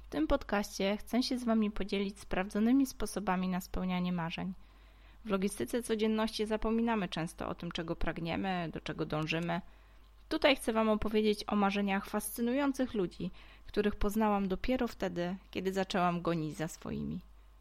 W tym podcaście chcę się z Wami podzielić sprawdzonymi sposobami na spełnianie marzeń. W logistyce codzienności zapominamy często o tym, czego pragniemy, do czego dążymy. Tutaj chcę Wam opowiedzieć o marzeniach fascynujących ludzi, których poznałam dopiero wtedy, kiedy zaczęłam gonić za swoimi.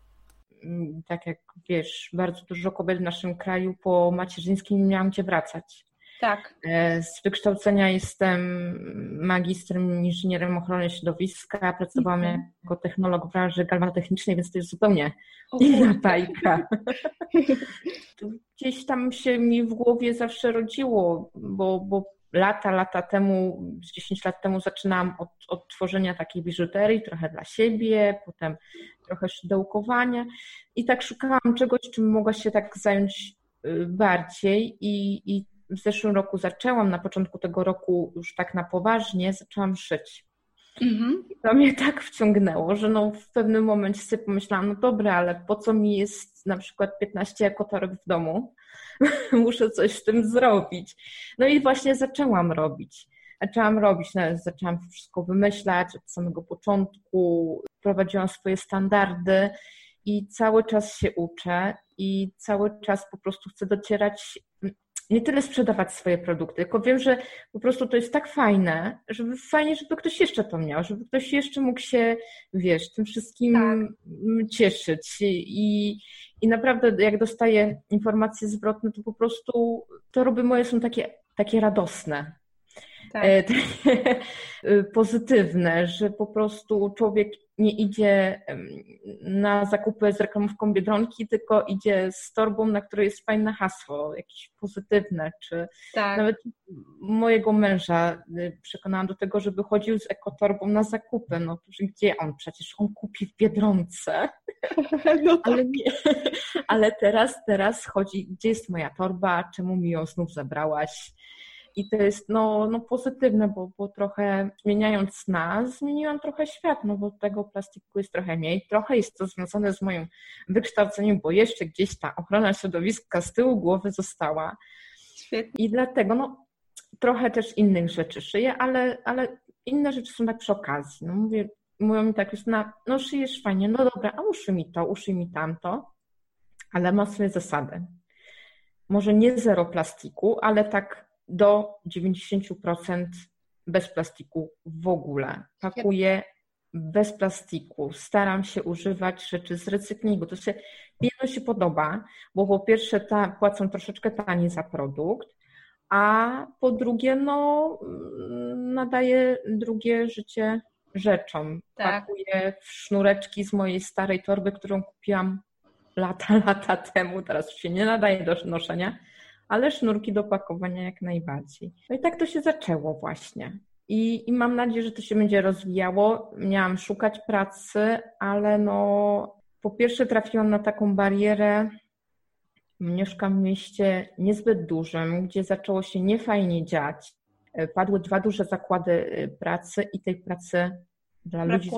Tak jak wiesz, bardzo dużo kobiet w naszym kraju po macierzyńskim nie miałam gdzie wracać. Tak. Z wykształcenia jestem magistrem, inżynierem ochrony środowiska, pracowałam jako technolog w branży galwanotechnicznej, więc to jest zupełnie inna bajka. Gdzieś tam się mi w głowie zawsze rodziło, bo lata temu, 10 lat temu zaczynałam od tworzenia takiej biżuterii, trochę dla siebie, potem trochę szydełkowania i tak szukałam czegoś, czym mogła się tak zająć bardziej i w zeszłym roku na początku tego roku już tak na poważnie zaczęłam szyć. I to mnie tak wciągnęło, że w pewnym momencie sobie pomyślałam, no dobra, ale po co mi jest na przykład 15 ekotoreb w domu? Muszę coś z tym zrobić. No i właśnie zaczęłam robić, zaczęłam wszystko wymyślać od samego początku, prowadziłam swoje standardy i cały czas się uczę i cały czas po prostu chcę docierać, nie tyle sprzedawać swoje produkty, tylko wiem, że po prostu to jest tak fajne, żeby ktoś jeszcze to miał, żeby ktoś jeszcze mógł się, tym wszystkim cieszyć. I naprawdę jak dostaję informacje zwrotne, to po prostu torby moje są takie radosne. Takie pozytywne, że po prostu człowiek nie idzie na zakupy z reklamówką Biedronki, tylko idzie z torbą, na której jest fajne hasło, jakieś pozytywne, czy nawet mojego męża przekonałam do tego, żeby chodził z ekotorbą na zakupy. No gdzie on? Przecież on kupi w Biedronce. No tak. Ale teraz chodzi, gdzie jest moja torba, czemu mi ją znów zabrałaś? I to jest pozytywne, bo trochę zmieniając nas, zmieniłam trochę świat, bo tego plastiku jest trochę mniej. Trochę jest to związane z moim wykształceniem, bo jeszcze gdzieś ta ochrona środowiska z tyłu głowy została. Świetnie. I dlatego trochę też innych rzeczy szyję, ale inne rzeczy są tak przy okazji. Mówią mi tak, szyjesz fajnie, no dobra, a uszyj mi to, uszyj mi tamto, ale ma swoje zasady. Może nie zero plastiku, ale tak do 90% bez plastiku w ogóle. Pakuję bez plastiku. Staram się używać rzeczy z recyklingu. To jedno się podoba, bo po pierwsze płacą troszeczkę taniej za produkt, a po drugie nadaję drugie życie rzeczom. Tak. Pakuję w sznureczki z mojej starej torby, którą kupiłam lata temu. Teraz już się nie nadaje do noszenia, ale sznurki do pakowania jak najbardziej. No i tak to się zaczęło właśnie. I mam nadzieję, że to się będzie rozwijało. Miałam szukać pracy, ale po pierwsze trafiłam na taką barierę. Mieszkam w mieście niezbyt dużym, gdzie zaczęło się niefajnie dziać. Padły 2 duże zakłady pracy i tej pracy dla ludzi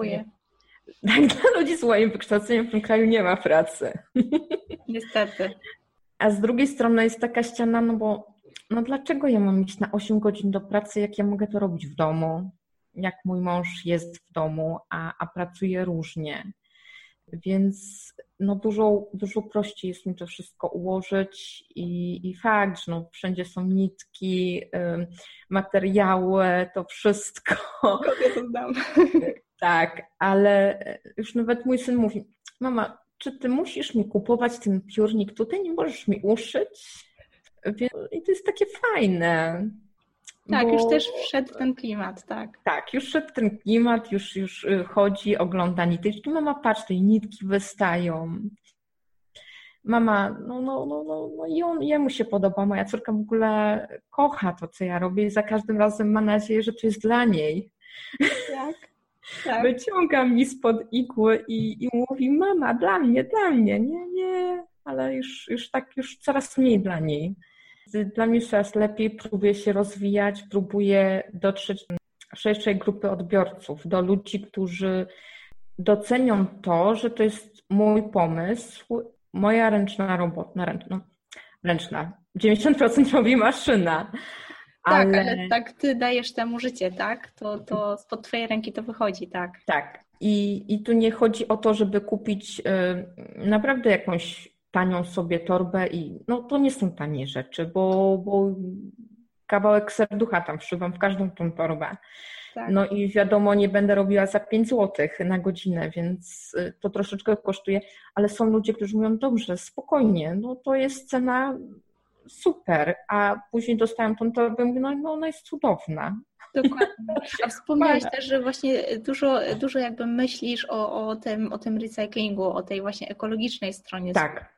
z moim wykształceniem w tym kraju nie ma pracy. Niestety. A z drugiej strony jest taka ściana, bo dlaczego ja mam iść na 8 godzin do pracy, jak ja mogę to robić w domu, jak mój mąż jest w domu, a pracuje różnie. Więc dużo prościej jest mi to wszystko ułożyć i fakt, że wszędzie są nitki, materiały, to wszystko. Kobietę znam. Tak, ale już nawet mój syn mówi, mama, czy ty musisz mi kupować ten piórnik tutaj, nie możesz mi uszyć? I to jest takie fajne. Tak, już też wszedł ten klimat, tak. Tak, już wszedł ten klimat, już chodzi, ogląda niteczki. Mama, patrz, tej nitki wystają. Mama, jemu się podoba. Moja córka w ogóle kocha to, co ja robię i za każdym razem ma nadzieję, że to jest dla niej. Tak. Wyciąga mi spod igły i mówi, mama, dla mnie, nie, ale już coraz mniej dla niej. Dla mnie coraz lepiej, próbuję się rozwijać, próbuję dotrzeć do szerszej grupy odbiorców, do ludzi, którzy docenią to, że to jest mój pomysł, moja ręczna robota, ręczna, 90% robi maszyna. Tak, ale tak ty dajesz temu życie, tak? To spod twojej ręki to wychodzi, tak? Tak, I tu nie chodzi o to, żeby kupić naprawdę jakąś tanią sobie torbę i no to nie są tanie rzeczy, bo kawałek serducha tam wszywam w każdą tą torbę. Tak. No i wiadomo, nie będę robiła za 5 zł na godzinę, więc to troszeczkę kosztuje, ale są ludzie, którzy mówią, dobrze, spokojnie, no to jest cena super, a później dostają tą torbę i mówię, no ona jest cudowna. Dokładnie. A wspomniałeś też, że właśnie dużo jakby myślisz o tym recyklingu, o tej właśnie ekologicznej stronie. Tak.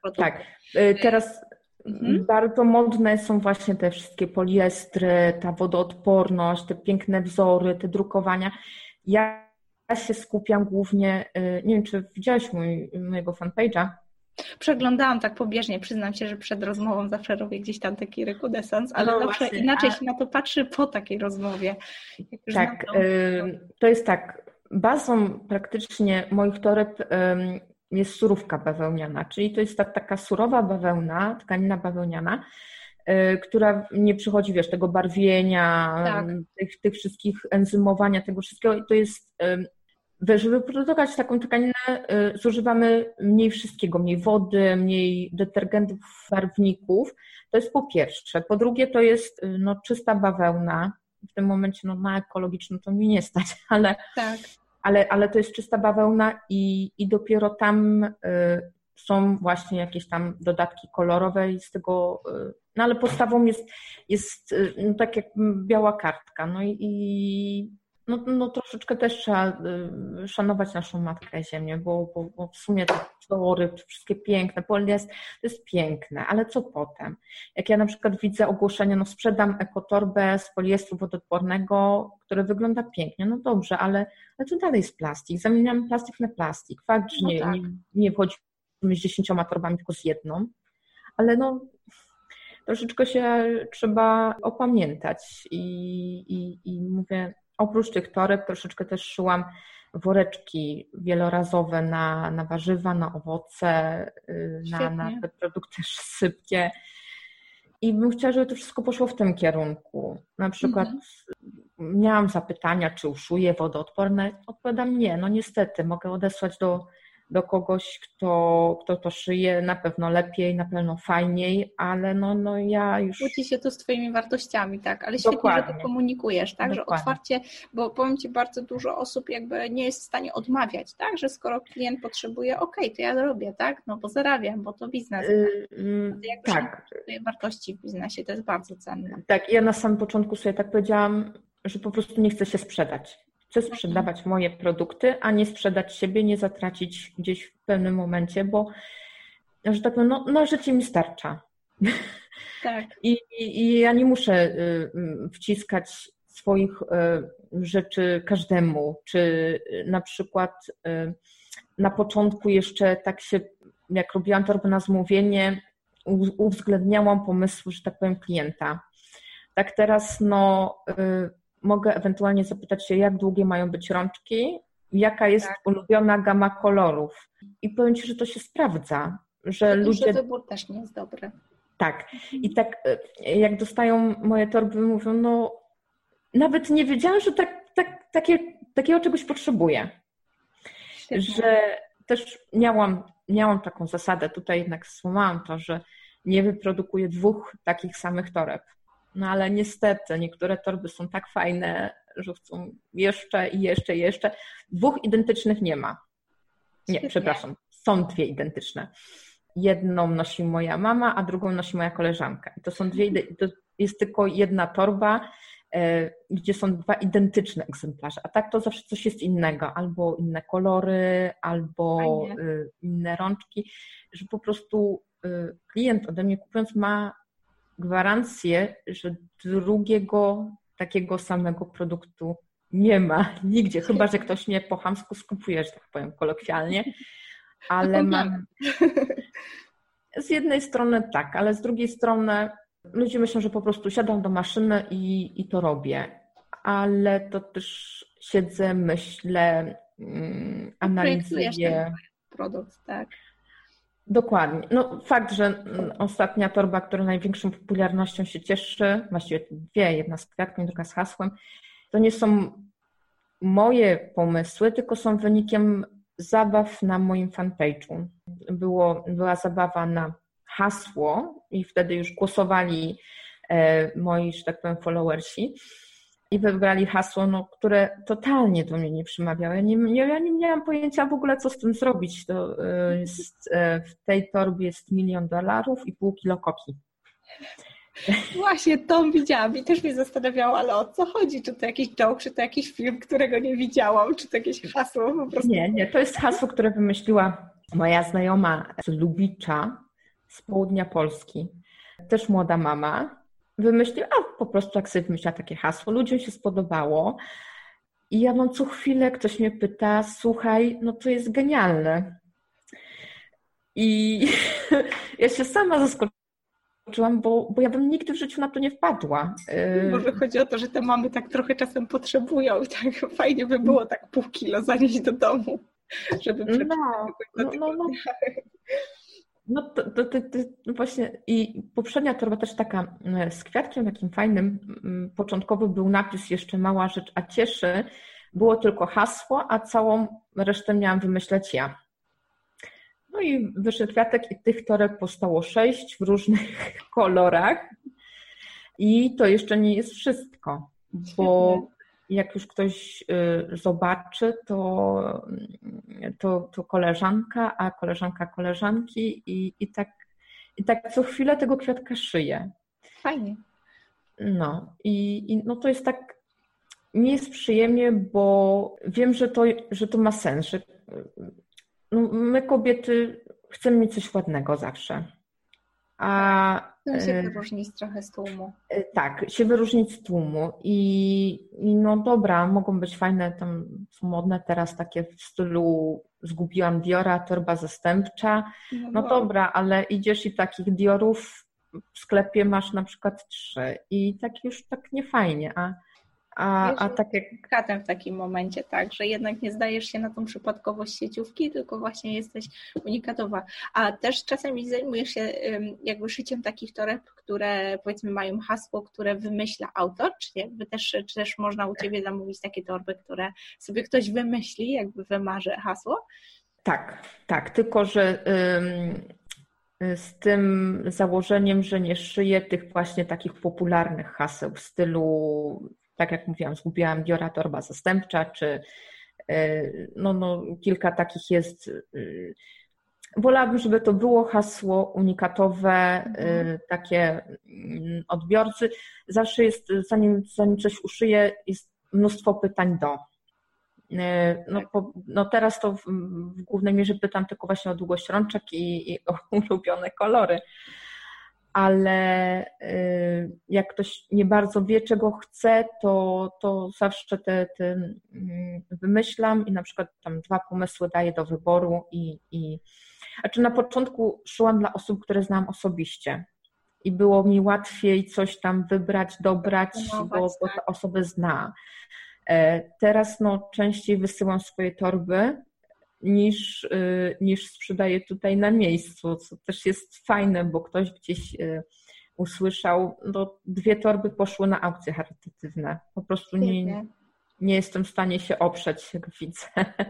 Teraz bardzo modne są właśnie te wszystkie poliestry, ta wodoodporność, te piękne wzory, te drukowania. Ja się skupiam głównie, nie wiem, czy widziałaś mojego fanpage'a? Przeglądałam tak pobieżnie, przyznam się, że przed rozmową zawsze robię gdzieś tam taki rekonesans, ale zawsze właśnie, inaczej się na to patrzy po takiej rozmowie. Tak, to jest tak, bazą praktycznie moich toreb jest surówka bawełniana, czyli to jest taka surowa bawełna, tkanina bawełniana, która nie przychodzi, wiesz, tego barwienia, tak. tych wszystkich enzymowania, tego wszystkiego i to jest... Żeby produkować taką tkaninę, zużywamy mniej wszystkiego, mniej wody, mniej detergentów, barwników. To jest po pierwsze. Po drugie to jest czysta bawełna. W tym momencie na ekologiczną to mi nie stać, tak. ale to jest czysta bawełna i dopiero tam są właśnie jakieś tam dodatki kolorowe i z tego, no ale podstawą jest tak jak biała kartka. No i troszeczkę też trzeba szanować naszą Matkę Ziemię, bo w sumie te wzory, te wszystkie piękne, poliest, to jest piękne, ale co potem? Jak ja na przykład widzę ogłoszenie, sprzedam ekotorbę z poliestru wodoodpornego, które wygląda pięknie, no dobrze, ale to dalej jest plastik, zamieniamy plastik na plastik. Fakt, że nie wchodzimy z 10 torbami, tylko z jedną, ale troszeczkę się trzeba opamiętać i mówię, oprócz tych toreb troszeczkę też szyłam woreczki wielorazowe na warzywa, na owoce, na te produkty sypkie. I bym chciała, żeby to wszystko poszło w tym kierunku. Na przykład miałam zapytania, czy uszuję wodoodporne. Odpowiadam nie, niestety. Mogę odesłać do kogoś, kto to szyje na pewno lepiej, na pewno fajniej, ale ja już... Kłóci się to z Twoimi wartościami, tak, ale świetnie, Dokładnie. Że to komunikujesz, tak, Dokładnie. Że otwarcie, bo powiem Ci, bardzo dużo osób jakby nie jest w stanie odmawiać, tak, że skoro klient potrzebuje, okej, to ja robię, tak, bo zarabiam, bo to biznes. Tak. Wartości w biznesie, to jest bardzo cenne. Tak, ja na samym początku sobie tak powiedziałam, że po prostu nie chcę się sprzedać. Chcę sprzedawać moje produkty, a nie sprzedać siebie, nie zatracić gdzieś w pewnym momencie, bo, że tak powiem, życie mi starcza. Tak. I ja nie muszę wciskać swoich rzeczy każdemu, czy na przykład na początku jeszcze tak się, jak robiłam torbę na zamówienie, uwzględniałam pomysły, że tak powiem, klienta. Tak teraz, mogę ewentualnie zapytać się, jak długie mają być rączki, jaka jest ulubiona gama kolorów. I powiem Ci, że to się sprawdza, że ludzie... wybór też nie jest dobry. Tak. I tak jak dostają moje torby, mówią, nawet nie wiedziałam, że takiego czegoś potrzebuję. Świetnie. Że też miałam taką zasadę, tutaj jednak złamałam to, że nie wyprodukuję 2 takich samych toreb. Ale niestety niektóre torby są tak fajne, że chcą jeszcze i jeszcze i jeszcze. 2 identycznych nie ma. Nie, przepraszam, są 2 identyczne. Jedną nosi moja mama, a drugą nosi moja koleżanka. I to są 2, to jest tylko jedna torba, gdzie są 2 identyczne egzemplarze. A tak to zawsze coś jest innego. Albo inne kolory, albo inne rączki, że po prostu klient ode mnie kupując ma gwarancję, że drugiego takiego samego produktu nie ma nigdzie, chyba że ktoś mnie po chamsku skupuje, że tak powiem kolokwialnie, ale mam... Z jednej strony tak, ale z drugiej strony ludzie myślą, że po prostu siadam do maszyny i to robię, ale to też siedzę, myślę, analizuję. Produkt, tak. Dokładnie. Fakt, że ostatnia torba, która największą popularnością się cieszy, właściwie 2, jedna z kwiatką, druga z hasłem, to nie są moje pomysły, tylko są wynikiem zabaw na moim fanpage'u. Była zabawa na hasło i wtedy już głosowali moi, że tak powiem, followersi i wybrali hasło, które totalnie do mnie nie przemawiało. Ja nie miałam pojęcia w ogóle, co z tym zrobić. W tej torbie jest $1 milion i pół kilo koki. Właśnie, to widziałam i też mnie zastanawiało, ale o co chodzi? Czy to jakiś joke, czy to jakiś film, którego nie widziałam, czy to jakieś hasło po prostu? Nie, to jest hasło, które wymyśliła moja znajoma z Lubicza, z południa Polski, też młoda mama. Wymyśliła, po prostu jak sobie wymyśliła takie hasło, ludziom się spodobało i ja mam co chwilę, ktoś mnie pyta, słuchaj, to jest genialne. I ja się sama zaskoczyłam, bo ja bym nigdy w życiu na to nie wpadła. Może chodzi o to, że te mamy tak trochę czasem potrzebują i tak fajnie by było tak pół kilo zanieść do domu, żeby przeczytać. To właśnie i poprzednia torba też taka z kwiatkiem takim fajnym, początkowo był napis jeszcze mała rzecz, a cieszy, było tylko hasło, a całą resztę miałam wymyśleć ja. No i wyszedł kwiatek i tych toreb powstało 6 w różnych kolorach i to jeszcze nie jest wszystko, bo jak już ktoś zobaczy, to koleżanka, a koleżanka koleżanki i tak co chwilę tego kwiatka szyję. Fajnie. No to jest tak, mi jest przyjemnie, bo wiem, że to ma sens, że my kobiety chcemy mieć coś ładnego zawsze. Chcemy się wyróżnić trochę z tłumu. Tak, się wyróżnić z tłumu i dobra, mogą być fajne, tam są modne teraz takie w stylu zgubiłam Diora, torba zastępcza. No dobra, ale idziesz i takich Diorów w sklepie masz na przykład 3 i tak już tak nie fajnie, a tak jak katem w takim momencie, tak, że jednak nie zdajesz się na tą przypadkowość sieciówki, tylko właśnie jesteś unikatowa. A też czasami zajmujesz się jakby szyciem takich toreb, które powiedzmy mają hasło, które wymyśla autor, czy też można u Ciebie zamówić takie torby, które sobie ktoś wymyśli, jakby wymarzy hasło? Tak, tylko że z tym założeniem, że nie szyję tych właśnie takich popularnych haseł w stylu, tak jak mówiłam, zgubiłam Diora, torba zastępcza, czy kilka takich jest. Wolałabym, żeby to było hasło unikatowe, takie odbiorcy. Zawsze jest, zanim coś uszyję, jest mnóstwo pytań do. Teraz to w głównej mierze pytam tylko właśnie o długość rączek i o ulubione kolory. Ale jak ktoś nie bardzo wie, czego chce, to zawsze te wymyślam i na przykład tam 2 pomysły daję do wyboru Znaczy na początku szyłam dla osób, które znam osobiście i było mi łatwiej coś tam wybrać, dobrać, bo te osoby zna. Teraz częściej wysyłam swoje torby niż sprzedaję tutaj na miejscu, co też jest fajne, bo ktoś gdzieś usłyszał, 2 torby poszły na aukcje charytatywne. Po prostu nie jestem w stanie się oprzeć, jak widzę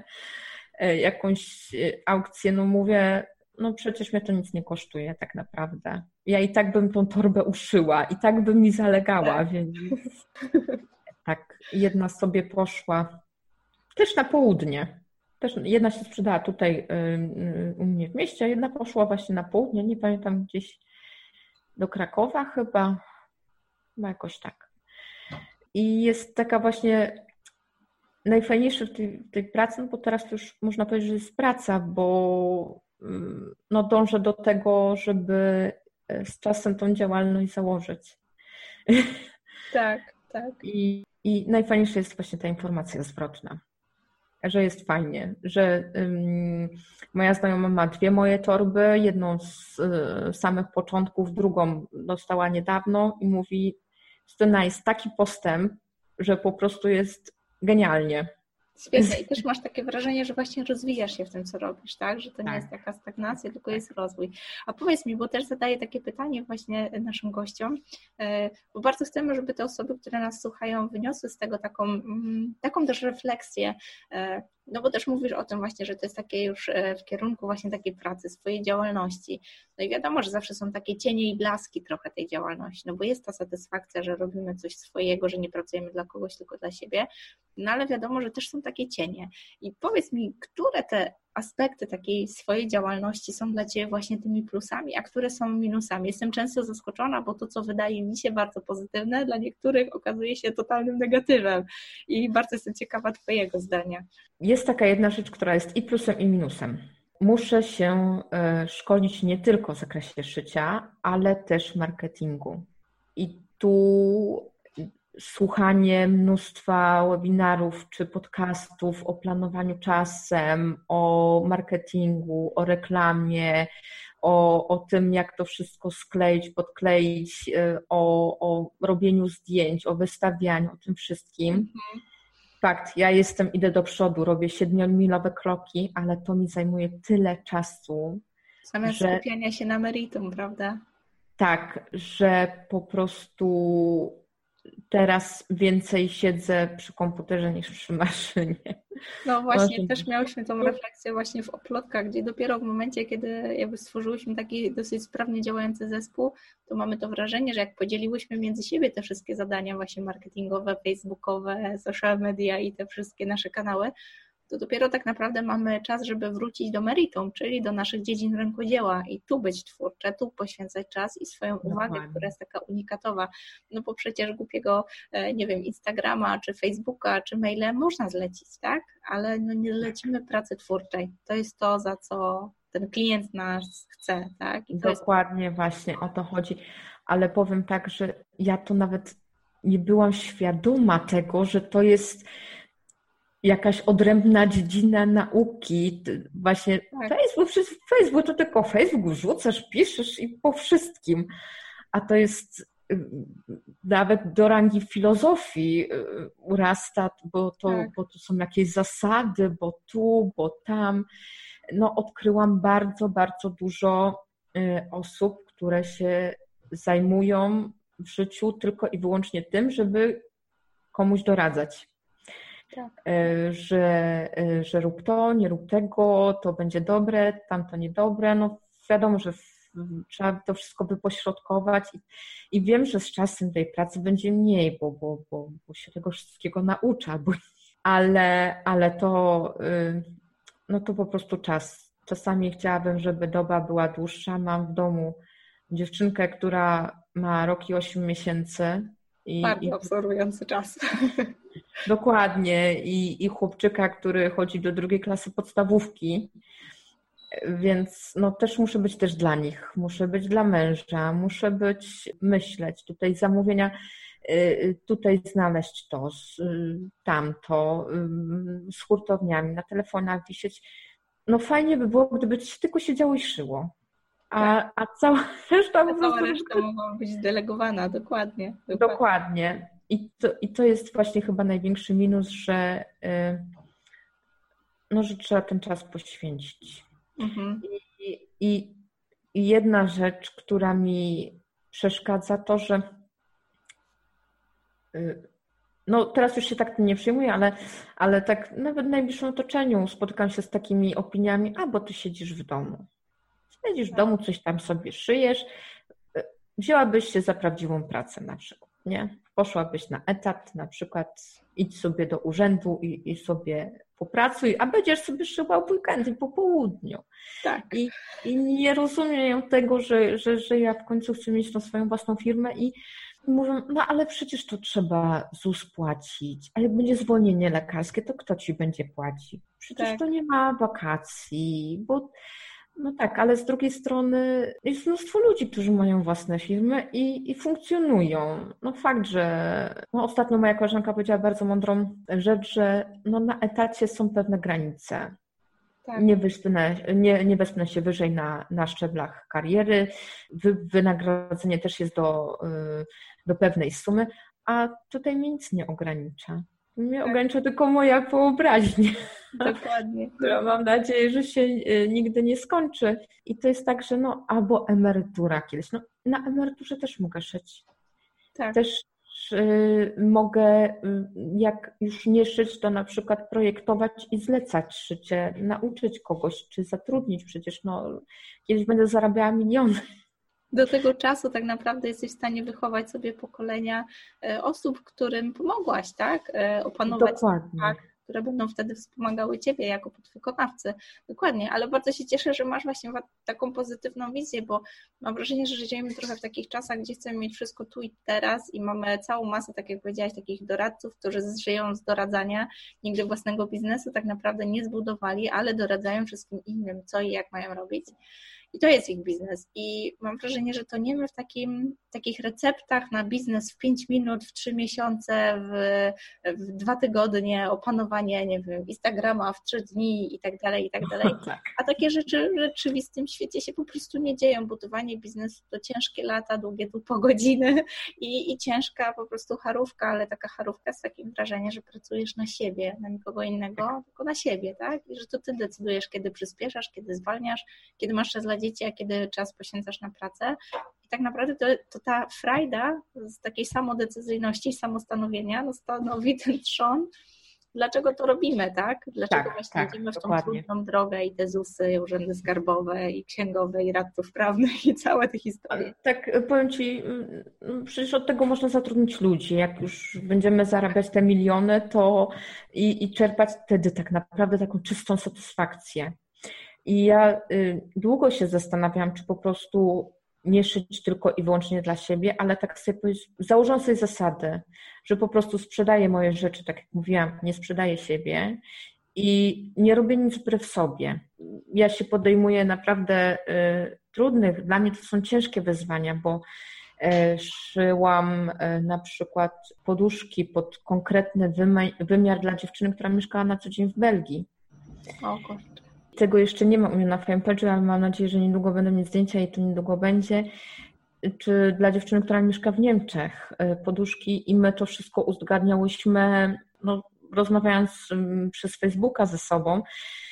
jakąś aukcję, mówię, przecież mnie to nic nie kosztuje tak naprawdę. Ja i tak bym tą torbę uszyła, i tak by mi zalegała, więc tak, jedna sobie poszła też na południe. Też jedna się sprzedała tutaj u mnie w mieście, a jedna poszła właśnie na południe, nie pamiętam, gdzieś do Krakowa chyba jakoś tak. I jest taka właśnie najfajniejsze w tej pracy, bo teraz to już można powiedzieć, że jest praca, bo dążę do tego, żeby z czasem tą działalność założyć. Tak. I najfajniejsza jest właśnie ta informacja zwrotna, że jest fajnie, że moja znajoma ma 2 moje torby, jedną z samych początków, drugą dostała niedawno i mówi, Justyna, jest taki postęp, że po prostu jest genialnie. Świetnie. I też masz takie wrażenie, że właśnie rozwijasz się w tym, co robisz, tak? Że to nie jest taka stagnacja, tylko jest rozwój. A powiedz mi, bo też zadaję takie pytanie właśnie naszym gościom, bo bardzo chcemy, żeby te osoby, które nas słuchają, wyniosły z tego taką też refleksję, no bo też mówisz o tym właśnie, że to jest takie już w kierunku właśnie takiej pracy, swojej działalności. No i wiadomo, że zawsze są takie cienie i blaski trochę tej działalności, no bo jest ta satysfakcja, że robimy coś swojego, że nie pracujemy dla kogoś, tylko dla siebie, no ale wiadomo, że też są takie cienie. I powiedz mi, które te aspekty takiej swojej działalności są dla Ciebie właśnie tymi plusami, a które są minusami? Jestem często zaskoczona, bo to, co wydaje mi się bardzo pozytywne, dla niektórych okazuje się totalnym negatywem i bardzo jestem ciekawa Twojego zdania. Jest taka jedna rzecz, która jest i plusem, i minusem. Muszę się szkolić nie tylko w zakresie szycia, ale też marketingu. I tu słuchanie mnóstwa webinarów czy podcastów o planowaniu czasem, o marketingu, o reklamie, o tym, jak to wszystko skleić, podkleić, o robieniu zdjęć, o wystawianiu, o tym wszystkim. Fakt, ja idę do przodu, robię 7-milowe kroki, ale to mi zajmuje tyle czasu. Zamiast skupiania się na meritum, prawda? Tak, że po prostu teraz więcej siedzę przy komputerze niż przy maszynie. No właśnie, też miałyśmy tą refleksję właśnie w Oplotkach, gdzie dopiero w momencie, kiedy jakby stworzyłyśmy taki dosyć sprawnie działający zespół, to mamy to wrażenie, że jak podzieliłyśmy między siebie te wszystkie zadania właśnie marketingowe, facebookowe, social media i te wszystkie nasze kanały, to dopiero tak naprawdę mamy czas, żeby wrócić do meritum, czyli do naszych dziedzin rękodzieła i tu być twórcze, tu poświęcać czas i swoją uwagę, która jest taka unikatowa. No bo przecież głupiego, nie wiem, Instagrama, czy Facebooka, czy maile można zlecić, tak? Ale no nie zlecimy pracy twórczej. To jest to, za co ten klient nas chce, tak? I dokładnie, właśnie o to chodzi. Ale powiem tak, że ja to nawet nie byłam świadoma tego, że to jest jakaś odrębna dziedzina nauki. Właśnie Facebook to tylko Facebook wrzucasz, piszesz i po wszystkim. A to jest nawet do rangi filozofii urasta, bo to są jakieś zasady, bo tu, bo tam. No, odkryłam bardzo, bardzo dużo osób, które się zajmują w życiu tylko i wyłącznie tym, żeby komuś doradzać. Tak. Że rób to, nie rób tego, to będzie dobre, tamto niedobre. No wiadomo, że trzeba to wszystko wypośrodkować i wiem, że z czasem tej pracy będzie mniej, bo się tego wszystkiego naucza, ale to, no to po prostu czas. Czasami chciałabym, żeby doba była dłuższa. Mam w domu dziewczynkę, która ma rok i 8 miesięcy. Bardzo absorbujący czas. Dokładnie. I chłopczyka, który chodzi do 2. klasy podstawówki, więc no też muszę być też dla nich. Muszę być dla męża, muszę myśleć, tutaj zamówienia, tutaj znaleźć to, tamto, z hurtowniami, na telefonach wisieć. No fajnie by było, gdyby tylko siedziało i szyło. A cała reszta mogła być delegowana, dokładnie. Dokładnie. I to jest właśnie chyba największy minus, że trzeba ten czas poświęcić. Mhm. I jedna rzecz, która mi przeszkadza, to, że no teraz już się tak tym nie przejmuję, ale tak nawet w najbliższym otoczeniu spotykam się z takimi opiniami, bo ty siedzisz w domu. Siedzisz w domu, coś tam sobie szyjesz, wzięłabyś się za prawdziwą pracę na przykład, nie? Poszłabyś na etat, na przykład idź sobie do urzędu i sobie popracuj, a będziesz sobie szyła w weekendy po południu. Tak. I nie rozumieją tego, że ja w końcu chcę mieć tą swoją własną firmę i mówią, no ale przecież to trzeba ZUS płacić, a jak będzie zwolnienie lekarskie, to kto ci będzie płacić? Przecież to nie ma wakacji, bo no tak, ale z drugiej strony jest mnóstwo ludzi, którzy mają własne firmy i funkcjonują. No fakt, że ostatnio moja koleżanka powiedziała bardzo mądrą rzecz, że na etacie są pewne granice. Tak. Nie wespnę się wyżej na szczeblach kariery. Wynagrodzenie też jest do pewnej sumy, a tutaj mnie nic nie ogranicza. Mnie ogranicza tylko moja wyobraźnia. Dokładnie. Która mam nadzieję, że się nigdy nie skończy. I to jest tak, że albo emerytura kiedyś. Na emeryturze też mogę szyć. Tak. Też mogę, jak już nie szyć, to na przykład projektować i zlecać szycie, nauczyć kogoś, czy zatrudnić. Przecież kiedyś będę zarabiała miliony. Do tego czasu tak naprawdę jesteś w stanie wychować sobie pokolenia osób, którym pomogłaś, tak? Opanować Dokładnie. które będą wtedy wspomagały Ciebie jako podwykonawcę. Dokładnie, ale bardzo się cieszę, że masz właśnie taką pozytywną wizję, bo mam wrażenie, że żyjemy trochę w takich czasach, gdzie chcemy mieć wszystko tu i teraz i mamy całą masę, tak jak powiedziałaś, takich doradców, którzy żyją z doradzania, nigdy własnego biznesu tak naprawdę nie zbudowali, ale doradzają wszystkim innym, co i jak mają robić. I to jest ich biznes. I mam wrażenie, że toniemy w takich receptach na biznes w 5 minut, w 3 miesiące, w 2 tygodnie, opanowanie, nie wiem, Instagrama w 3 dni i tak dalej, i tak dalej. A takie rzeczy w rzeczywistym świecie się po prostu nie dzieją. Budowanie biznesu to ciężkie lata, długie godziny i ciężka po prostu charówka, ale taka charówka z takim wrażeniem, że pracujesz na siebie, na nikogo innego, tylko na siebie, tak? I że to ty decydujesz, kiedy przyspieszasz, kiedy zwalniasz, kiedy masz czas dla dzieci, a kiedy czas poświęcasz na pracę. I tak naprawdę to ta frajda z takiej samodecyzyjności, samostanowienia stanowi ten trzon, dlaczego to robimy, tak? Dlaczego właśnie idziemy w tą trudną drogę i te ZUS-y, urzędy skarbowe i księgowe i radców prawnych i całe te historie. Tak, powiem Ci, przecież od tego można zatrudnić ludzi. Jak już będziemy zarabiać te miliony, to i czerpać wtedy tak naprawdę taką czystą satysfakcję. I ja długo się zastanawiałam, czy po prostu nie szyć tylko i wyłącznie dla siebie, ale tak sobie założyłam sobie zasady, że po prostu sprzedaję moje rzeczy, tak jak mówiłam, nie sprzedaję siebie i nie robię nic wbrew sobie. Ja się podejmuję naprawdę trudnych, dla mnie to są ciężkie wyzwania, bo szyłam na przykład poduszki pod konkretny wymiar dla dziewczyny, która mieszkała na co dzień w Belgii. O kurczę. Tego jeszcze nie ma u mnie na fanpage'u, ale mam nadzieję, że niedługo będę mieć zdjęcia i to niedługo będzie. Czy dla dziewczyny, która mieszka w Niemczech, poduszki i my to wszystko uzgadniałyśmy, rozmawiając przez Facebooka ze sobą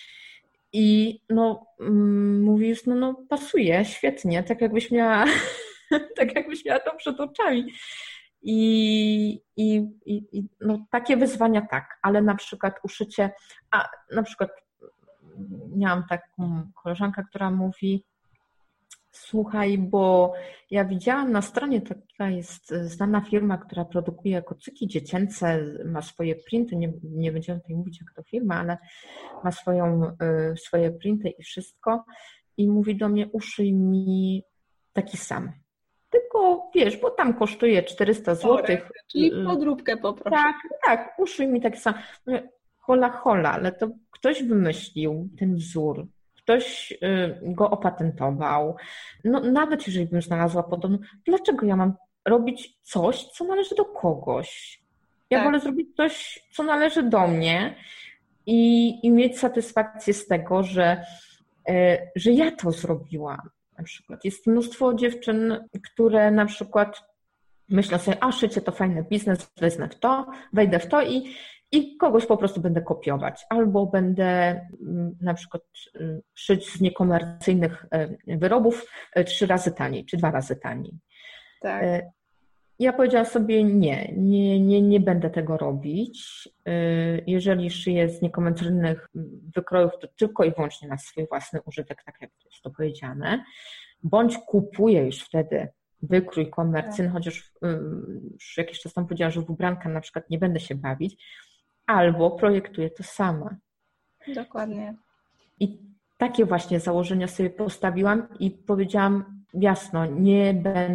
i mówi już, pasuje, świetnie, tak jakbyś miała to przed oczami. I takie wyzwania tak, ale na przykład uszycie, miałam taką koleżankę, która mówi: słuchaj, bo ja widziałam na stronie, taka jest znana firma, która produkuje kocyki dziecięce, ma swoje printy, nie będziemy tutaj mówić jak to firma, ale ma swoje printy i wszystko i mówi do mnie: uszyj mi taki sam. Tylko wiesz, bo tam kosztuje 400 zł. Czyli podróbkę poproszę. Tak, uszyj mi taki sam. Hola, ale to ktoś wymyślił ten wzór, ktoś go opatentował. Nawet jeżeli bym znalazła podobną, dlaczego ja mam robić coś, co należy do kogoś? Ja wolę zrobić coś, co należy do mnie i mieć satysfakcję z tego, że ja to zrobiłam. Na przykład jest mnóstwo dziewczyn, które na przykład myślą sobie: szycie to fajny biznes, wejdę w to i kogoś po prostu będę kopiować. Albo będę na przykład szyć z niekomercyjnych wyrobów 3 razy taniej, czy 2 razy taniej. Tak. Ja powiedziałam sobie: nie będę tego robić. Jeżeli szyję z niekomercyjnych wykrojów, to tylko i wyłącznie na swój własny użytek, tak jak jest to powiedziane. Bądź kupuję już wtedy wykrój komercyjny, chociaż już jakiś czas tam powiedziałam, że w ubranka na przykład nie będę się bawić, albo projektuję to sama. Dokładnie. I takie właśnie założenia sobie postawiłam i powiedziałam jasno: nie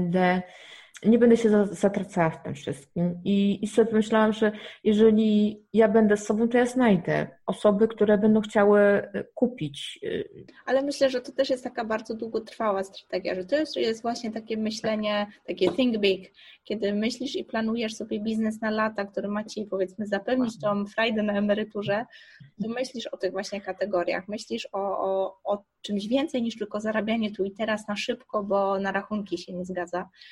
będę się zatracała w tym wszystkim. I sobie pomyślałam, że jeżeli ja będę z sobą, to ja znajdę osoby, które będą chciały kupić. Ale myślę, że to też jest taka bardzo długotrwała strategia, że to jest właśnie takie myślenie, takie think big, kiedy myślisz i planujesz sobie biznes na lata, który ma Ci, powiedzmy, zapewnić tą frajdę na emeryturze, to myślisz o tych właśnie kategoriach, myślisz o czymś więcej niż tylko zarabianie tu i teraz na szybko, bo na rachunki się nie zgadza.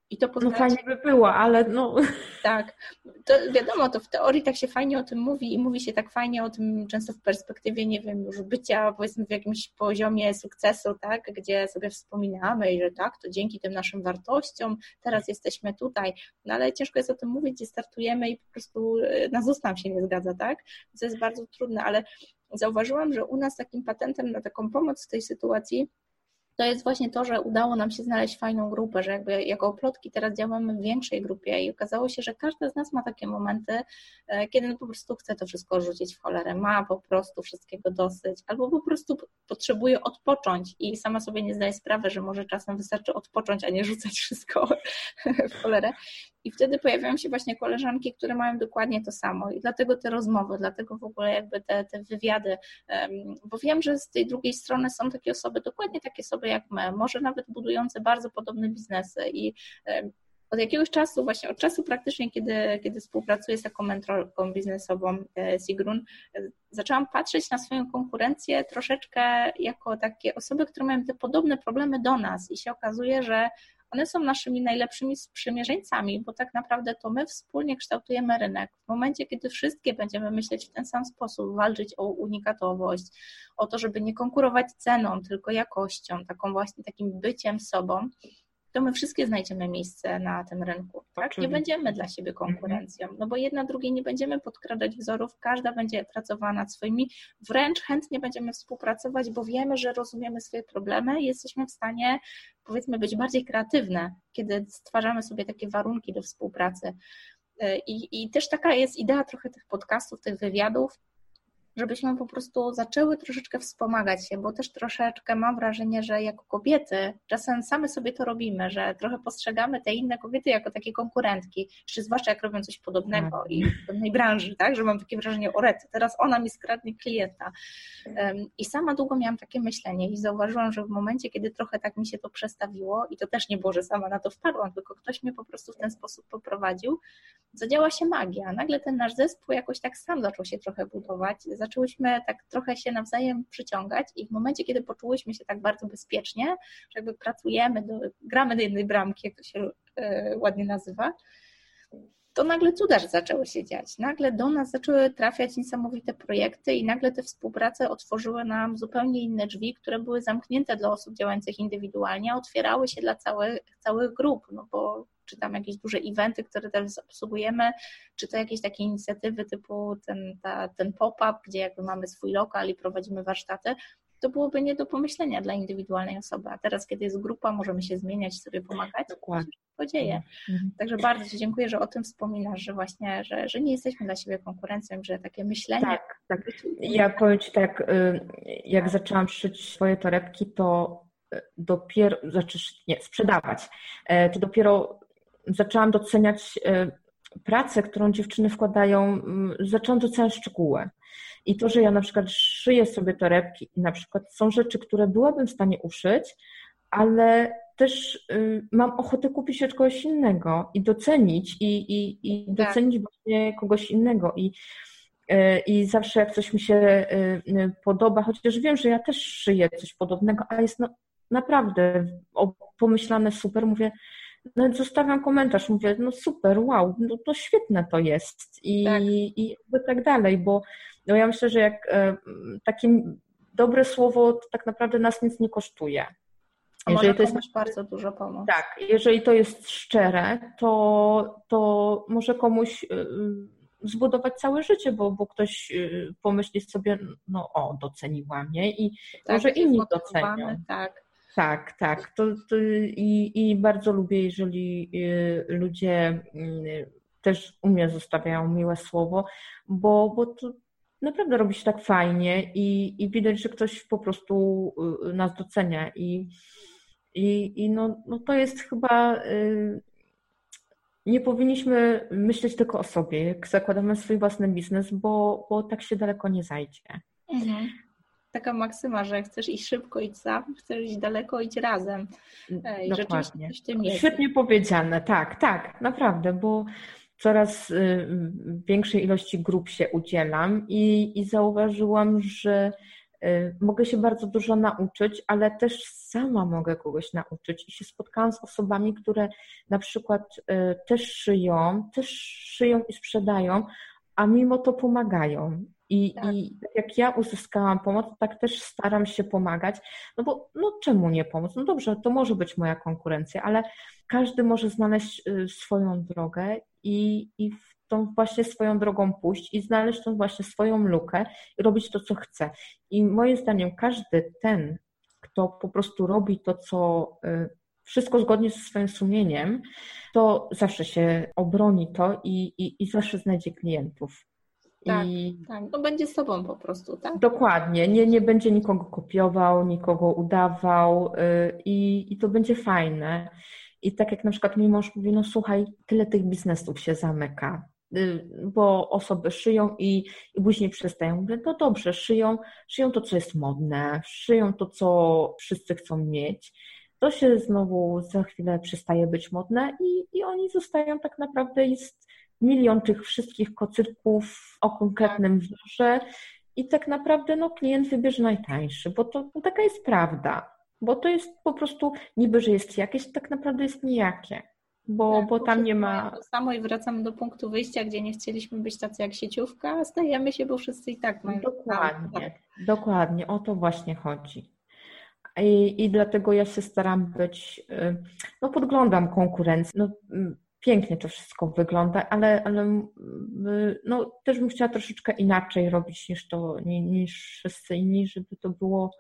I to pozwala... No fajnie by było, ale no... Tak, to wiadomo, to w teorii tak się fajnie o tym mówi i mówi się tak fajnie o tym często w perspektywie, nie wiem, już bycia powiedzmy w jakimś poziomie sukcesu, tak, gdzie sobie wspominamy i że tak, to dzięki tym naszym wartościom teraz jesteśmy tutaj, no ale ciężko jest o tym mówić, gdzie startujemy i po prostu nas ust nam się nie zgadza, tak, to jest bardzo trudne, ale zauważyłam, że u nas takim patentem na taką pomoc w tej sytuacji to jest właśnie to, że udało nam się znaleźć fajną grupę, że jakby jako Oplotki teraz działamy w większej grupie i okazało się, że każda z nas ma takie momenty, kiedy po prostu chce to wszystko rzucić w cholerę, ma po prostu wszystkiego dosyć, albo po prostu potrzebuje odpocząć i sama sobie nie zdaje sprawy, że może czasem wystarczy odpocząć, a nie rzucać wszystko w cholerę. I wtedy pojawiają się właśnie koleżanki, które mają dokładnie to samo i dlatego te rozmowy, dlatego w ogóle jakby te wywiady, bo wiem, że z tej drugiej strony są takie osoby, dokładnie takie osoby jak my, może nawet budujące bardzo podobne biznesy i od jakiegoś czasu, właśnie od czasu praktycznie, kiedy współpracuję z taką mentorką biznesową Sigrun, zaczęłam patrzeć na swoją konkurencję troszeczkę jako takie osoby, które mają te podobne problemy do nas i się okazuje, że one są naszymi najlepszymi sprzymierzeńcami, bo tak naprawdę to my wspólnie kształtujemy rynek. W momencie, kiedy wszystkie będziemy myśleć w ten sam sposób, walczyć o unikatowość, o to, żeby nie konkurować ceną, tylko jakością, takim byciem sobą, to my wszystkie znajdziemy miejsce na tym rynku. Tak? Nie będziemy dla siebie konkurencją, no bo jedna drugiej nie będziemy podkradać wzorów, każda będzie pracowała nad swoimi, wręcz chętnie będziemy współpracować, bo wiemy, że rozumiemy swoje problemy i jesteśmy w stanie, powiedzmy, być bardziej kreatywne, kiedy stwarzamy sobie takie warunki do współpracy. I też taka jest idea trochę tych podcastów, tych wywiadów, żebyśmy po prostu zaczęły troszeczkę wspomagać się, bo też troszeczkę mam wrażenie, że jako kobiety czasem same sobie to robimy, że trochę postrzegamy te inne kobiety jako takie konkurentki, czy zwłaszcza jak robią coś podobnego i w pewnej branży, tak, że mam takie wrażenie, o rety, teraz ona mi skradnie klienta. I sama długo miałam takie myślenie i zauważyłam, że w momencie, kiedy trochę tak mi się to przestawiło i to też nie było, że sama na to wpadłam, tylko ktoś mnie po prostu w ten sposób poprowadził, zadziała się magia. Nagle ten nasz zespół jakoś tak sam zaczął się trochę budować, zaczęłyśmy tak trochę się nawzajem przyciągać i w momencie, kiedy poczułyśmy się tak bardzo bezpiecznie, że jakby pracujemy, gramy do jednej bramki, jak to się ładnie nazywa, to nagle cuda zaczęły się dziać. Nagle do nas zaczęły trafiać niesamowite projekty i nagle te współprace otworzyły nam zupełnie inne drzwi, które były zamknięte dla osób działających indywidualnie, a otwierały się dla całych grup, no bo czy tam jakieś duże eventy, które teraz obsługujemy, czy to jakieś takie inicjatywy typu ten pop-up, gdzie jakby mamy swój lokal i prowadzimy warsztaty, to byłoby nie do pomyślenia dla indywidualnej osoby. A teraz, kiedy jest grupa, możemy się zmieniać, sobie pomagać. Dokładnie. To dzieje. Także bardzo Ci dziękuję, że o tym wspominasz, że właśnie, że nie jesteśmy dla siebie konkurencją, że takie myślenie... Tak. Ja powiem Ci tak, jak zaczęłam szyć swoje torebki, to dopiero, sprzedawać, to dopiero zaczęłam doceniać pracę, którą dziewczyny wkładają, zaczęłam doceniać szczegóły. I to, że ja na przykład szyję sobie torebki i na przykład są rzeczy, które byłabym w stanie uszyć, ale też mam ochotę kupić od kogoś innego i docenić i docenić właśnie kogoś innego. I zawsze jak coś mi się podoba, chociaż wiem, że ja też szyję coś podobnego, a jest naprawdę pomyślane super, mówię, no zostawiam komentarz, mówię, no super, wow, no to świetne to jest i tak dalej, bo ja myślę, że jak takie dobre słowo to tak naprawdę nas nic nie kosztuje. Jeżeli to jest bardzo dużo pomóc. Tak, jeżeli to jest szczere, to może komuś zbudować całe życie, bo ktoś pomyśli sobie, doceniła mnie i może inni docenią. Tak. I bardzo lubię, jeżeli ludzie też u mnie zostawiają miłe słowo, bo to naprawdę robi się tak fajnie i widać, że ktoś po prostu nas docenia i to jest chyba... Nie powinniśmy myśleć tylko o sobie, jak zakładamy swój własny biznes, bo tak się daleko nie zajdzie. Mhm. Taka maksyma, że jak chcesz iść szybko, idź sam, chcesz iść daleko, idź razem. I dokładnie. Świetnie powiedziane, tak, naprawdę, bo coraz większej ilości grup się udzielam i zauważyłam, że mogę się bardzo dużo nauczyć, ale też sama mogę kogoś nauczyć i się spotkałam z osobami, które na przykład też szyją i sprzedają, a mimo to pomagają. I tak jak ja uzyskałam pomoc, tak też staram się pomagać, no bo czemu nie pomóc? No dobrze, to może być moja konkurencja, ale każdy może znaleźć swoją drogę i w tą właśnie swoją drogą pójść i znaleźć tą właśnie swoją lukę i robić to, co chce. I moim zdaniem każdy ten, kto po prostu robi to, co wszystko zgodnie ze swoim sumieniem, to zawsze się obroni to i zawsze znajdzie klientów. Tak, tak, no będzie sobą po prostu, tak? Dokładnie, nie będzie nikogo kopiował, nikogo udawał i to będzie fajne. I tak jak na przykład mój mąż mówi, no słuchaj, tyle tych biznesów się zamyka, bo osoby szyją i później przestają. Mówię, no dobrze, szyją to, co jest modne, szyją to, co wszyscy chcą mieć. To się znowu za chwilę przestaje być modne i oni zostają tak naprawdę, jest milion tych wszystkich kocyrków o konkretnym wzorze i tak naprawdę klient wybierze najtańszy, bo taka jest prawda. Bo to jest po prostu niby, że jest jakieś, tak naprawdę jest nijakie. Bo tam nie ma... To samo i wracamy do punktu wyjścia, gdzie nie chcieliśmy być tacy jak sieciówka, a stajemy się, bo wszyscy i tak mają... Dokładnie, o to właśnie chodzi. I dlatego ja się staram być, podglądam konkurencję, pięknie to wszystko wygląda, ale też bym chciała troszeczkę inaczej robić niż wszyscy inni, żeby to było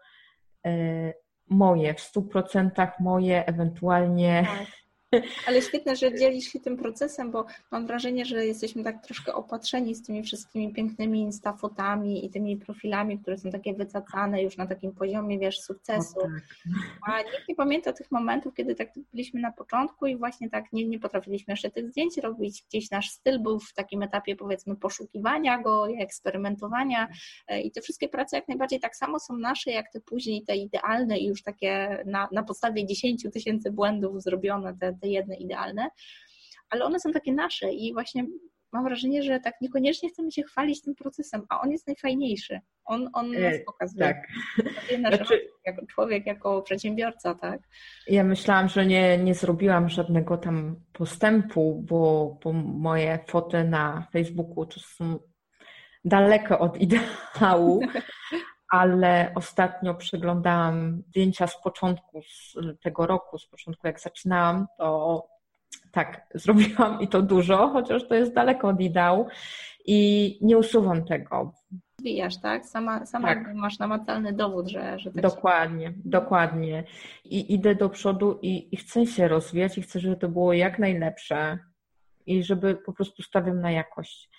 moje, w 100% moje, ewentualnie... Tak. Ale świetne, że dzielisz się tym procesem, bo mam wrażenie, że jesteśmy tak troszkę opatrzeni z tymi wszystkimi pięknymi instafotami i tymi profilami, które są takie wycacane już na takim poziomie, wiesz, sukcesu. A nikt nie pamięta tych momentów, kiedy tak byliśmy na początku i właśnie tak nie potrafiliśmy jeszcze tych zdjęć robić. Gdzieś nasz styl był w takim etapie, powiedzmy, poszukiwania go, eksperymentowania i te wszystkie prace jak najbardziej tak samo są nasze, jak te później, te idealne i już takie na podstawie 10 000 błędów zrobione, te jedne idealne, ale one są takie nasze i właśnie mam wrażenie, że tak niekoniecznie chcemy się chwalić tym procesem, a on jest najfajniejszy. On nas pokazuje. Tak. Jako człowiek, jako przedsiębiorca, tak? Ja myślałam, że nie zrobiłam żadnego tam postępu, bo moje foty na Facebooku to są daleko od ideału, ale ostatnio przeglądałam zdjęcia z początku tego roku, z początku jak zaczynałam, to tak, zrobiłam i to dużo, chociaż to jest daleko od ideału i nie usuwam tego. Zwijasz, tak? Sama tak. Masz namacalny dowód, że tak Dokładnie. I idę do przodu i chcę się rozwijać i chcę, żeby to było jak najlepsze i żeby po prostu stawiam na jakość.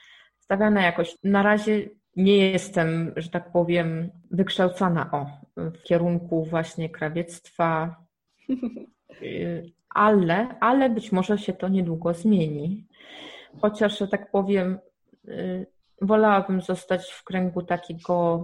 Na razie nie jestem, że tak powiem, wykształcona w kierunku właśnie krawiectwa, ale być może się to niedługo zmieni. Chociaż, że tak powiem, wolałabym zostać w kręgu takiego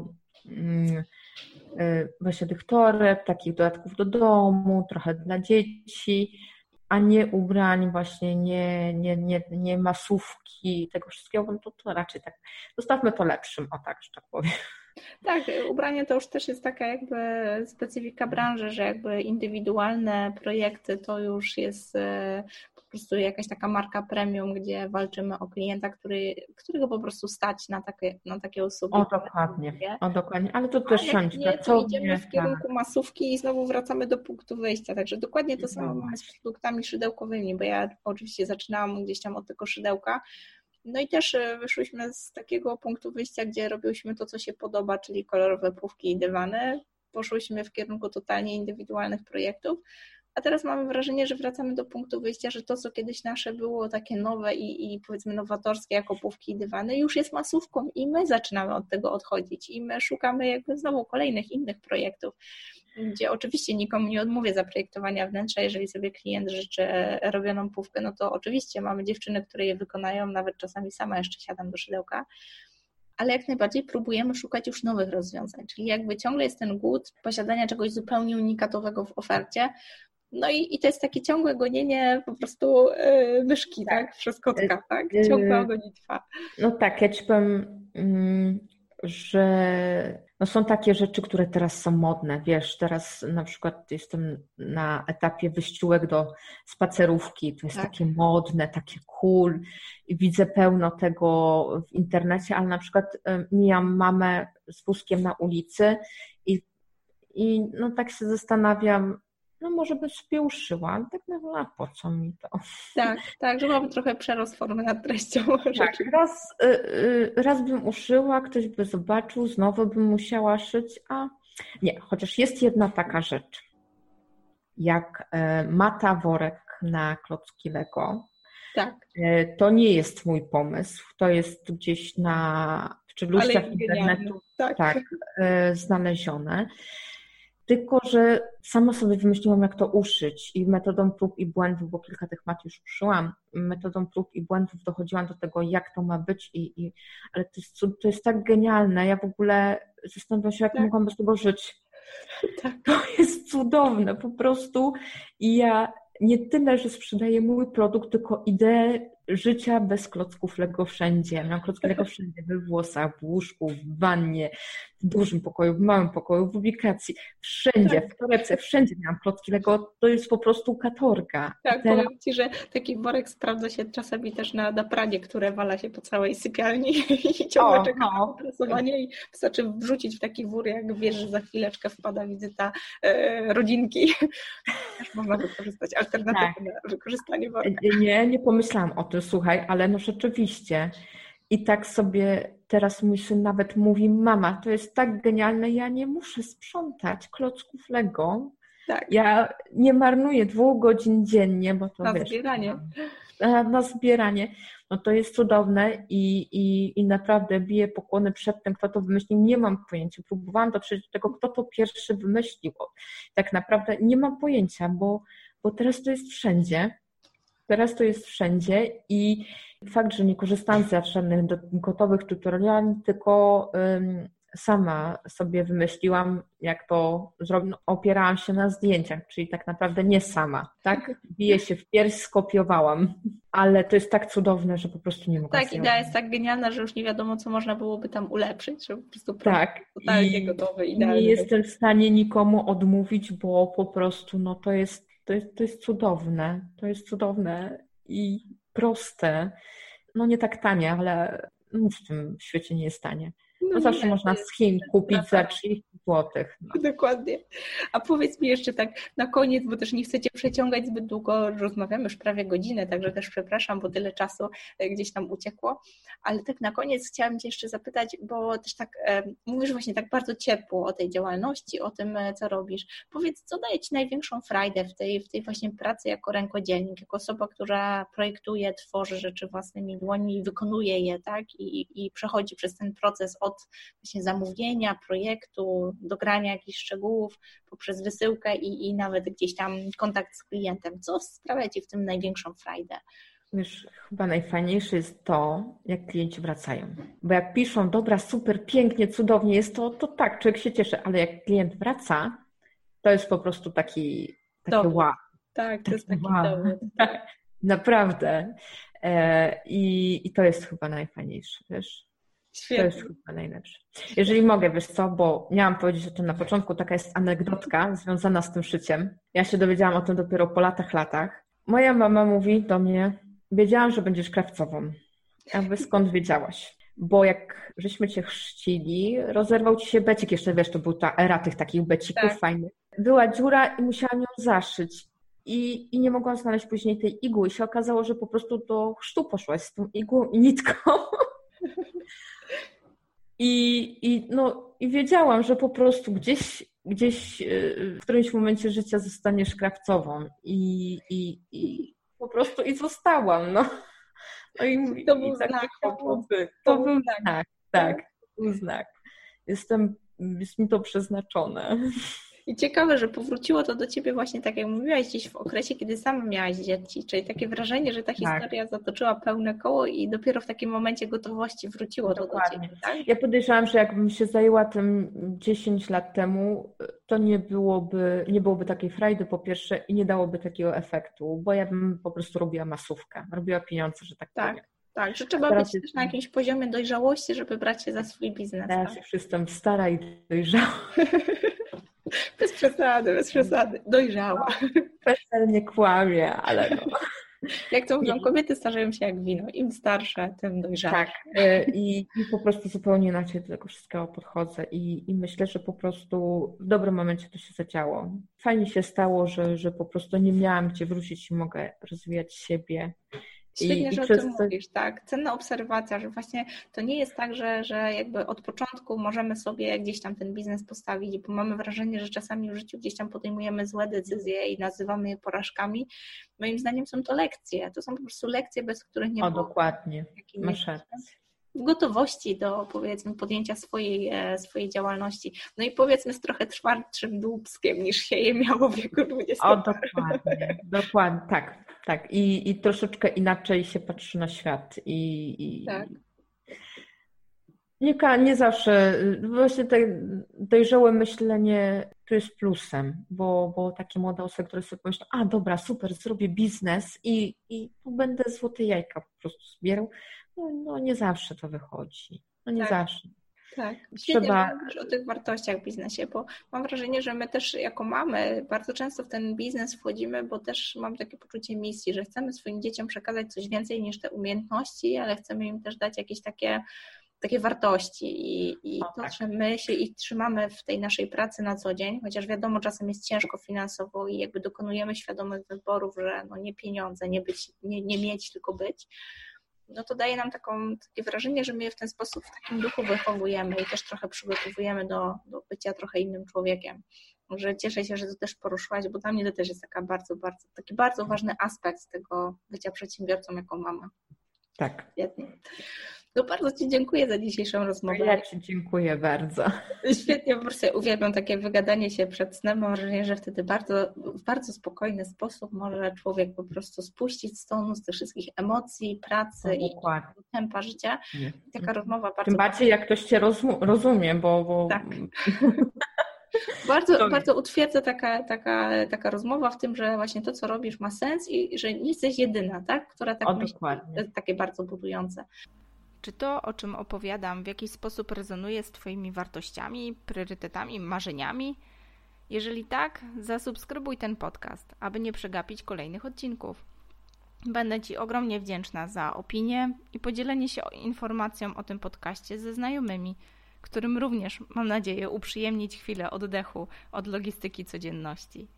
właśnie tych toreb, takich dodatków do domu, trochę dla dzieci, a nie ubrań, właśnie nie masówki, tego wszystkiego, to raczej tak. Zostawmy to lepszym, o tak, że tak powiem. Tak, ubranie to już też jest taka jakby specyfika branży, że jakby indywidualne projekty to już jest po prostu jakaś taka marka premium, gdzie walczymy o klienta, którego po prostu stać na takie usługi. O dokładnie, ale to też siąść. To idziemy w kierunku masówki i znowu wracamy do punktu wyjścia, także dokładnie to samo mamy z produktami szydełkowymi, bo ja oczywiście zaczynałam gdzieś tam od tego szydełka. No i też wyszłyśmy z takiego punktu wyjścia, gdzie robiłyśmy to, co się podoba, czyli kolorowe pufki i dywany. Poszłyśmy w kierunku totalnie indywidualnych projektów, a teraz mamy wrażenie, że wracamy do punktu wyjścia, że to, co kiedyś nasze było takie nowe i powiedzmy nowatorskie jako pufki i dywany, już jest masówką i my zaczynamy od tego odchodzić i my szukamy jakby znowu kolejnych innych projektów, gdzie oczywiście nikomu nie odmówię zaprojektowania wnętrza, jeżeli sobie klient życzy robioną pufkę, no to oczywiście mamy dziewczyny, które je wykonają, nawet czasami sama jeszcze siadam do szydełka, ale jak najbardziej próbujemy szukać już nowych rozwiązań, czyli jakby ciągle jest ten głód posiadania czegoś zupełnie unikatowego w ofercie, no i to jest takie ciągłe gonienie po prostu myszki, tak? Przez kotka, tak? Ciągła gonitwa. No tak, ja ci powiem, że no są takie rzeczy, które teraz są modne. Wiesz, teraz na przykład jestem na etapie wyściółek do spacerówki. To jest takie modne, takie cool. I widzę pełno tego w internecie, ale na przykład mijam mamę z wózkiem na ulicy i no tak się zastanawiam, no może bym sobie uszyła, ale tak naprawdę, a po co mi to? Tak, że mamy trochę przerost formy nad treścią. Tak, raz bym uszyła, ktoś by zobaczył, znowu bym musiała szyć, a nie, chociaż jest jedna taka rzecz, jak mata worek na klocki Lego. Tak. To nie jest mój pomysł, to jest gdzieś w czeluściach internetu znalezione. Tylko że sama sobie wymyśliłam, jak to uszyć i metodą prób i błędów, bo kilka tych mat już uszyłam, metodą prób i błędów dochodziłam do tego, jak to ma być, ale to jest tak genialne. Ja w ogóle zastanawiam się, jak mogłam bez tego żyć. Tak. To jest cudowne po prostu i ja nie tyle, że sprzedaję mój produkt, tylko ideę życia bez klocków Lego wszędzie. Mam klocki Lego wszędzie, we włosach, w łóżku, w wannie, w dużym pokoju, w małym pokoju, w ubikacji, wszędzie, w torebce, wszędzie miałam klocki Lego. To jest po prostu katorga. Tak, powiem Ci, że taki worek sprawdza się czasami też na pranie, które wala się po całej sypialni i ciągle czeka na prasowanie i wystarczy wrzucić w taki wór, jak wiesz, że za chwileczkę wpada wizyta rodzinki. Też można wykorzystać alternatywę na wykorzystanie worka. Nie pomyślałam o tym, słuchaj, ale no rzeczywiście. I tak sobie teraz mój syn nawet mówi, mama, to jest tak genialne, ja nie muszę sprzątać klocków Lego. Tak. Ja nie marnuję 2 godzin dziennie, bo to zbieranie. Na zbieranie. No to jest cudowne i naprawdę biję pokłony przed tym, kto to wymyślił. Nie mam pojęcia. Próbowałam dotrzeć do tego, kto to pierwszy wymyślił. Tak naprawdę nie mam pojęcia, bo teraz to jest wszędzie. Teraz to jest wszędzie i fakt, że nie korzystałam z żadnych gotowych tutoriali, tylko sama sobie wymyśliłam, jak to zrobić. No, opierałam się na zdjęciach, czyli tak naprawdę nie sama, tak? Biję się w pierś, skopiowałam, ale to jest tak cudowne, że po prostu nie mogę. Tak, idea jest tak genialna, że już nie wiadomo, co można byłoby tam ulepszyć, że po prostu totalnie gotowy, idealny. Nie jestem w stanie nikomu odmówić, bo po prostu no to jest cudowne. To jest cudowne i proste. No nie tak tanie, ale w tym świecie nie jest tanie. No zawsze można z Chin kupić za 30 zł. No. Dokładnie. A powiedz mi jeszcze tak na koniec, bo też nie chcecie przeciągać zbyt długo, rozmawiamy już prawie godzinę, także też przepraszam, bo tyle czasu gdzieś tam uciekło, ale tak na koniec chciałam Cię jeszcze zapytać, bo też tak mówisz właśnie tak bardzo ciepło o tej działalności, o tym, co robisz. Powiedz, co daje Ci największą frajdę w tej właśnie pracy jako rękodzielnik, jako osoba, która projektuje, tworzy rzeczy własnymi dłońmi, wykonuje je, tak? I przechodzi przez ten proces od właśnie zamówienia, projektu, dogrania jakichś szczegółów, poprzez wysyłkę i nawet gdzieś tam kontakt z klientem. Co sprawia Ci w tym największą frajdę? Wiesz, chyba najfajniejsze jest to, jak klienci wracają. Bo jak piszą, dobra, super, pięknie, cudownie jest to tak, człowiek się cieszy, ale jak klient wraca, to jest po prostu takie wow. Tak, to jest taki dowód. Tak, naprawdę. I to jest chyba najfajniejsze, wiesz? Świetnie. To jest chyba najlepsze. Jeżeli mogę, wiesz co, bo miałam powiedzieć o tym na początku, taka jest anegdotka związana z tym szyciem. Ja się dowiedziałam o tym dopiero po latach. Moja mama mówi do mnie, wiedziałam, że będziesz krawcową. A wy skąd wiedziałaś? Bo jak żeśmy cię chrzcili, rozerwał ci się becik, jeszcze wiesz, to była ta era tych takich becików fajnych. Była dziura i musiałam ją zaszyć. I nie mogłam znaleźć później tej igły. I się okazało, że po prostu do chrztu poszłaś z tą igłą i nitką. I wiedziałam, że po prostu gdzieś w którymś momencie życia zostaniesz krawcową i po prostu zostałam, no. No i to był znak. To był znak, tak, to był znak. Jest mi to przeznaczone. I ciekawe, że powróciło to do Ciebie właśnie tak, jak mówiłaś, gdzieś w okresie, kiedy sama miałaś dzieci, czyli takie wrażenie, że ta historia zatoczyła pełne koło i dopiero w takim momencie gotowości wróciło to do Ciebie. Tak? Ja podejrzewam, że jakbym się zajęła tym 10 lat temu, to nie byłoby takiej frajdy po pierwsze i nie dałoby takiego efektu, bo ja bym po prostu robiła masówkę, robiła pieniądze, że tak powiem. Tak, że trzeba być też na jakimś poziomie dojrzałości, żeby brać się za swój biznes. Ja już jestem stara i dojrzała. Bez przesady. Dojrzała. Specjalnie kłamie, ale no. Jak to mówią, kobiety starzeją się jak wino. Im starsze, tym dojrzalsze. Tak. I po prostu zupełnie inaczej do tego wszystkiego podchodzę. I myślę, że po prostu w dobrym momencie to się zadziało. Fajnie się stało, że po prostu nie miałam gdzie wrócić i mogę rozwijać siebie. Świetnie, że o tym mówisz, tak. Cenna obserwacja, że właśnie to nie jest tak, że jakby od początku możemy sobie gdzieś tam ten biznes postawić, bo mamy wrażenie, że czasami w życiu gdzieś tam podejmujemy złe decyzje i nazywamy je porażkami. Moim zdaniem są to lekcje. To są po prostu lekcje, bez których nie było. Dokładnie. Masz rację. Gotowości do, powiedzmy, podjęcia swojej działalności. No i powiedzmy z trochę twardszym dłubskiem niż się je miało w wieku 20. Dokładnie, tak. I troszeczkę inaczej się patrzy na świat. Tak. Nie zawsze, właśnie to dojrzałe myślenie tu jest plusem, bo takie młode osoby, które sobie pomyślą, dobra, super, zrobię biznes i tu będę złote jajka po prostu zbierał. No nie zawsze to wychodzi. No nie zawsze. Tak, trzeba mówić o tych wartościach w biznesie, bo mam wrażenie, że my też jako mamy bardzo często w ten biznes wchodzimy, bo też mam takie poczucie misji, że chcemy swoim dzieciom przekazać coś więcej niż te umiejętności, ale chcemy im też dać jakieś takie wartości i że my się ich trzymamy w tej naszej pracy na co dzień, chociaż wiadomo, czasem jest ciężko finansowo i jakby dokonujemy świadomych wyborów, że no nie pieniądze, nie mieć, tylko być. No to daje nam takie wrażenie, że my je w ten sposób, w takim duchu wychowujemy i też trochę przygotowujemy do bycia trochę innym człowiekiem. Że cieszę się, że to też poruszyłaś, bo dla mnie to też jest taki bardzo ważny aspekt tego bycia przedsiębiorcą, jaką mamy. Tak. Świetnie. No bardzo Ci dziękuję za dzisiejszą rozmowę. Ja Ci dziękuję bardzo. Świetnie, po prostu uwielbiam takie wygadanie się przed snem. Mam wrażenie, że wtedy w bardzo spokojny sposób może człowiek po prostu spuścić z tonu, z tych wszystkich emocji, pracy i tempa życia. I taka rozmowa bardzo... Tym bardziej jak ktoś Cię rozumie, bo... Tak. Bardzo utwierdza taka rozmowa w tym, że właśnie to, co robisz, ma sens i że nie jesteś jedyna, tak? Która tak myśli. To jest takie bardzo budujące. Czy to, o czym opowiadam, w jakiś sposób rezonuje z Twoimi wartościami, priorytetami, marzeniami? Jeżeli tak, zasubskrybuj ten podcast, aby nie przegapić kolejnych odcinków. Będę Ci ogromnie wdzięczna za opinię i podzielenie się informacją o tym podcaście ze znajomymi, którym również, mam nadzieję, uprzyjemnić chwilę oddechu od logistyki codzienności.